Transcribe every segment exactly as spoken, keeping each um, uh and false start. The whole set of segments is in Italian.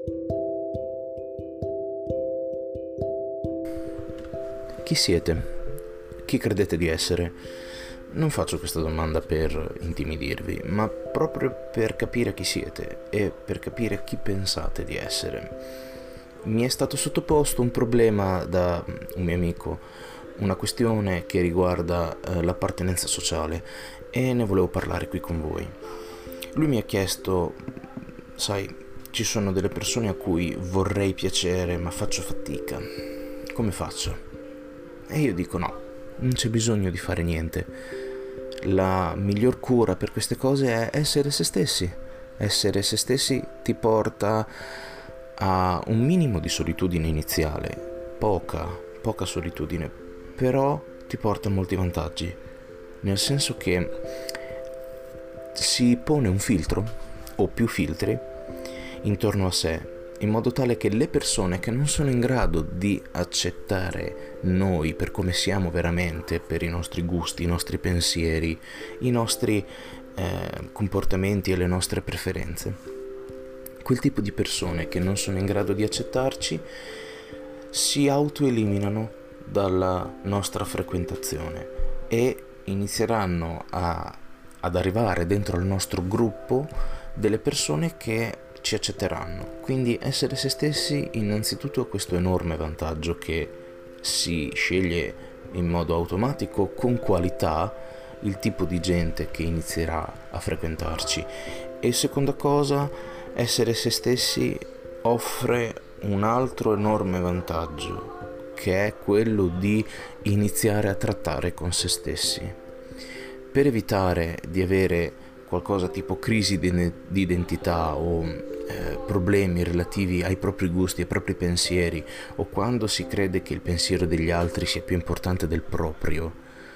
Chi siete? Chi credete di essere? Non faccio questa domanda per intimidirvi, ma proprio per capire chi siete e per capire chi pensate di essere. Mi è stato sottoposto un problema da un mio amico, una questione che riguarda eh, l'appartenenza sociale, e ne volevo parlare qui con voi. Lui mi ha chiesto, sai, ci sono delle persone a cui vorrei piacere ma faccio fatica. Come faccio? E io dico no, non c'è bisogno di fare niente. La miglior cura per queste cose è essere se stessi. Essere se stessi ti porta a un minimo di solitudine iniziale, poca, poca solitudine, però ti porta a molti vantaggi, nel senso che si pone un filtro o più filtri intorno a sé, in modo tale che le persone che non sono in grado di accettare noi per come siamo veramente, per i nostri gusti, i nostri pensieri, i nostri eh, comportamenti e le nostre preferenze, quel tipo di persone che non sono in grado di accettarci si autoeliminano dalla nostra frequentazione e inizieranno a, ad arrivare dentro al nostro gruppo delle persone che ci accetteranno. Quindi essere se stessi innanzitutto ha questo enorme vantaggio che si sceglie in modo automatico con qualità il tipo di gente che inizierà a frequentarci, e seconda cosa, essere se stessi offre un altro enorme vantaggio, che è quello di iniziare a trattare con se stessi. Per evitare di avere qualcosa tipo crisi di identità o eh, problemi relativi ai propri gusti, ai propri pensieri, o quando si crede che il pensiero degli altri sia più importante del proprio,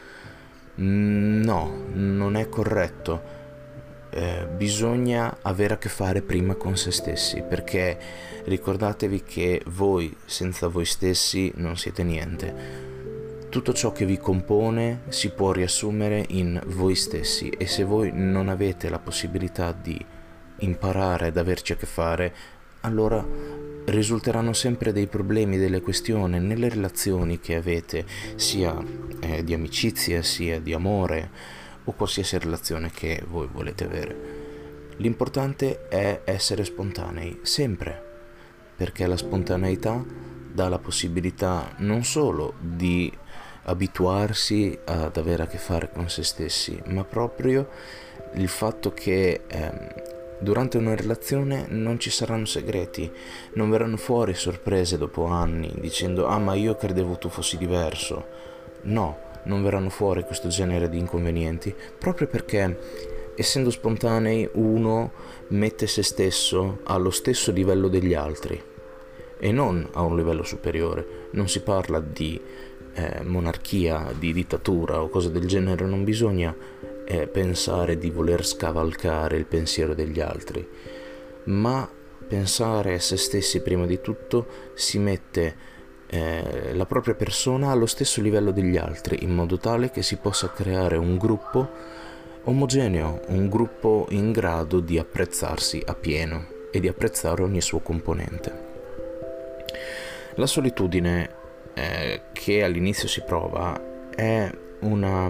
no, non è corretto. Eh, bisogna avere a che fare prima con se stessi, perché ricordatevi che voi senza voi stessi non siete niente. Tutto ciò che vi compone si può riassumere in voi stessi, e se voi non avete la possibilità di imparare ad averci a che fare, allora risulteranno sempre dei problemi, delle questioni nelle relazioni che avete, sia eh, di amicizia, sia di amore o qualsiasi relazione che voi volete avere. L'importante è essere spontanei, sempre, perché la spontaneità dà la possibilità non solo di abituarsi ad avere a che fare con se stessi, ma proprio il fatto che ehm, durante una relazione non ci saranno segreti, non verranno fuori sorprese dopo anni dicendo ah ma io credevo tu fossi diverso. No, non verranno fuori questo genere di inconvenienti, proprio perché essendo spontanei uno mette se stesso allo stesso livello degli altri e non a un livello superiore. Non si parla di eh, monarchia, di dittatura o cose del genere, non bisogna eh, pensare di voler scavalcare il pensiero degli altri, ma pensare a se stessi prima di tutto. Si mette eh, la propria persona allo stesso livello degli altri, in modo tale che si possa creare un gruppo omogeneo, un gruppo in grado di apprezzarsi a pieno e di apprezzare ogni suo componente. La solitudine eh, che all'inizio si prova è una,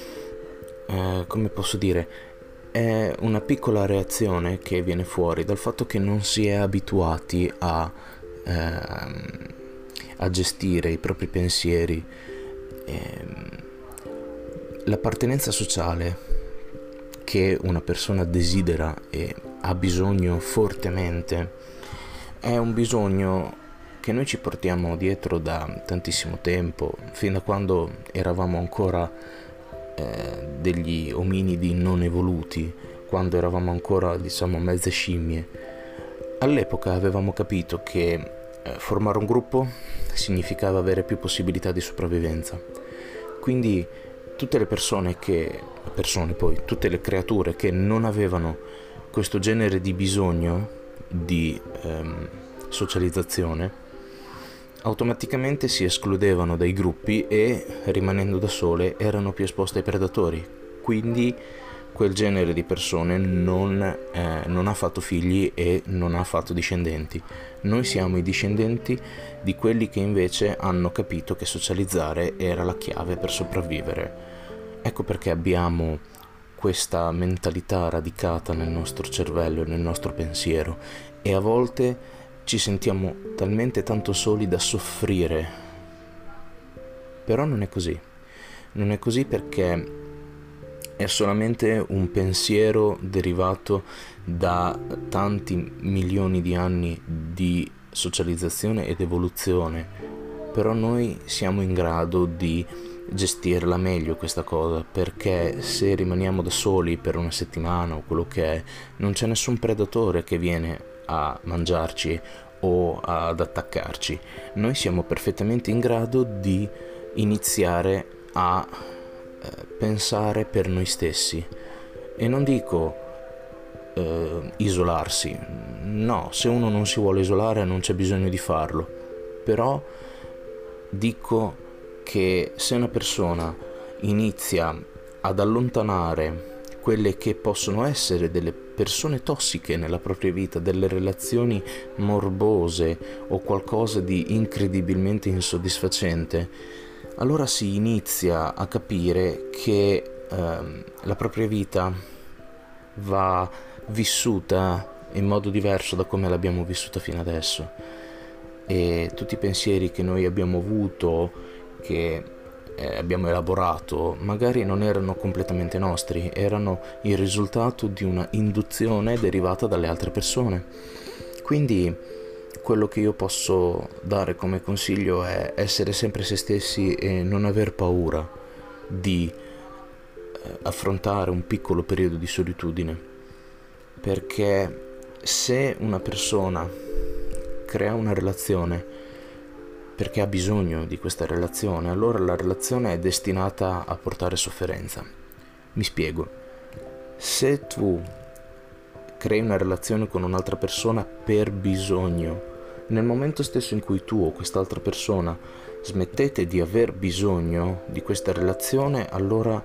eh, come posso dire, è una piccola reazione che viene fuori dal fatto che non si è abituati a, eh, a gestire i propri pensieri. Eh, l'appartenenza sociale che una persona desidera e ha bisogno fortemente è un bisogno che noi ci portiamo dietro da tantissimo tempo, fin da quando eravamo ancora eh, degli ominidi non evoluti, quando eravamo ancora, diciamo, mezze scimmie. All'epoca avevamo capito che eh, formare un gruppo significava avere più possibilità di sopravvivenza. Quindi tutte le persone che, persone poi, tutte le creature che non avevano questo genere di bisogno di ehm, socializzazione, automaticamente si escludevano dai gruppi e, rimanendo da sole, erano più esposte ai predatori. Quindi quel genere di persone non, eh, non ha fatto figli e non ha fatto discendenti. Noi siamo i discendenti di quelli che invece hanno capito che socializzare era la chiave per sopravvivere. Ecco perché abbiamo questa mentalità radicata nel nostro cervello e nel nostro pensiero, e a volte ci sentiamo talmente tanto soli da soffrire. Però non è così. Non è così perché è solamente un pensiero derivato da tanti milioni di anni di socializzazione ed evoluzione. Però noi siamo in grado di gestirla meglio questa cosa, perché se rimaniamo da soli per una settimana o quello che è, non c'è nessun predatore che viene a mangiarci o ad attaccarci. Noi siamo perfettamente in grado di iniziare a eh, pensare per noi stessi, e non dico eh, isolarsi, no, se uno non si vuole isolare non c'è bisogno di farlo, però dico che se una persona inizia ad allontanare quelle che possono essere delle persone tossiche nella propria vita, delle relazioni morbose o qualcosa di incredibilmente insoddisfacente, allora si inizia a capire che ehm, la propria vita va vissuta in modo diverso da come l'abbiamo vissuta fino adesso, e tutti i pensieri che noi abbiamo avuto, che eh, abbiamo elaborato, magari non erano completamente nostri, erano il risultato di una induzione derivata dalle altre persone. Quindi quello che io posso dare come consiglio è essere sempre se stessi e non aver paura di eh, affrontare un piccolo periodo di solitudine, perché se una persona crea una relazione perché ha bisogno di questa relazione, allora la relazione è destinata a portare sofferenza. Mi spiego. Se tu crei una relazione con un'altra persona per bisogno, nel momento stesso in cui tu o quest'altra persona smettete di aver bisogno di questa relazione, allora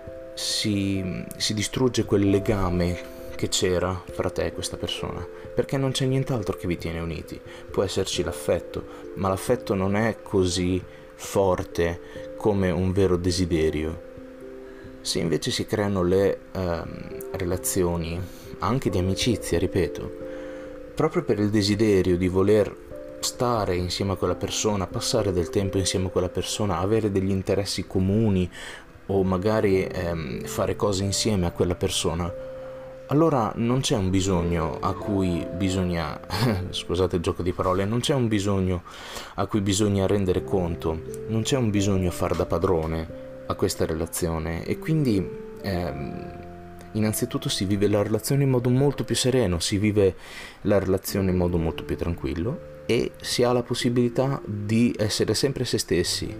si, si distrugge quel legame che c'era fra te e questa persona, perché non c'è nient'altro che vi tiene uniti. Può esserci l'affetto, ma l'affetto non è così forte come un vero desiderio. Se invece si creano le ehm, relazioni, anche di amicizia, ripeto, proprio per il desiderio di voler stare insieme a quella persona, passare del tempo insieme a quella persona, avere degli interessi comuni o magari ehm, fare cose insieme a quella persona, allora non c'è un bisogno a cui bisogna, scusate il gioco di parole, non c'è un bisogno a cui bisogna rendere conto, non c'è un bisogno a far da padrone a questa relazione, e quindi ehm, innanzitutto si vive la relazione in modo molto più sereno, si vive la relazione in modo molto più tranquillo e si ha la possibilità di essere sempre se stessi,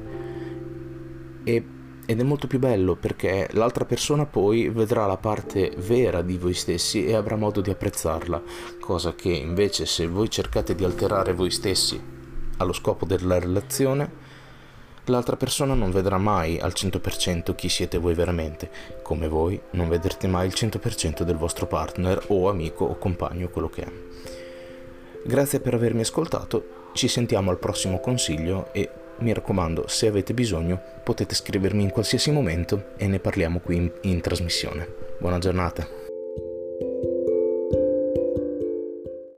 e Ed è molto più bello perché l'altra persona poi vedrà la parte vera di voi stessi e avrà modo di apprezzarla, cosa che invece se voi cercate di alterare voi stessi allo scopo della relazione, l'altra persona non vedrà mai al cento per cento chi siete voi veramente, come voi non vedrete mai il cento per cento del vostro partner o amico o compagno, quello che è. Grazie per avermi ascoltato, ci sentiamo al prossimo consiglio e mi raccomando, se avete bisogno potete scrivermi in qualsiasi momento e ne parliamo qui in, in trasmissione. Buona giornata.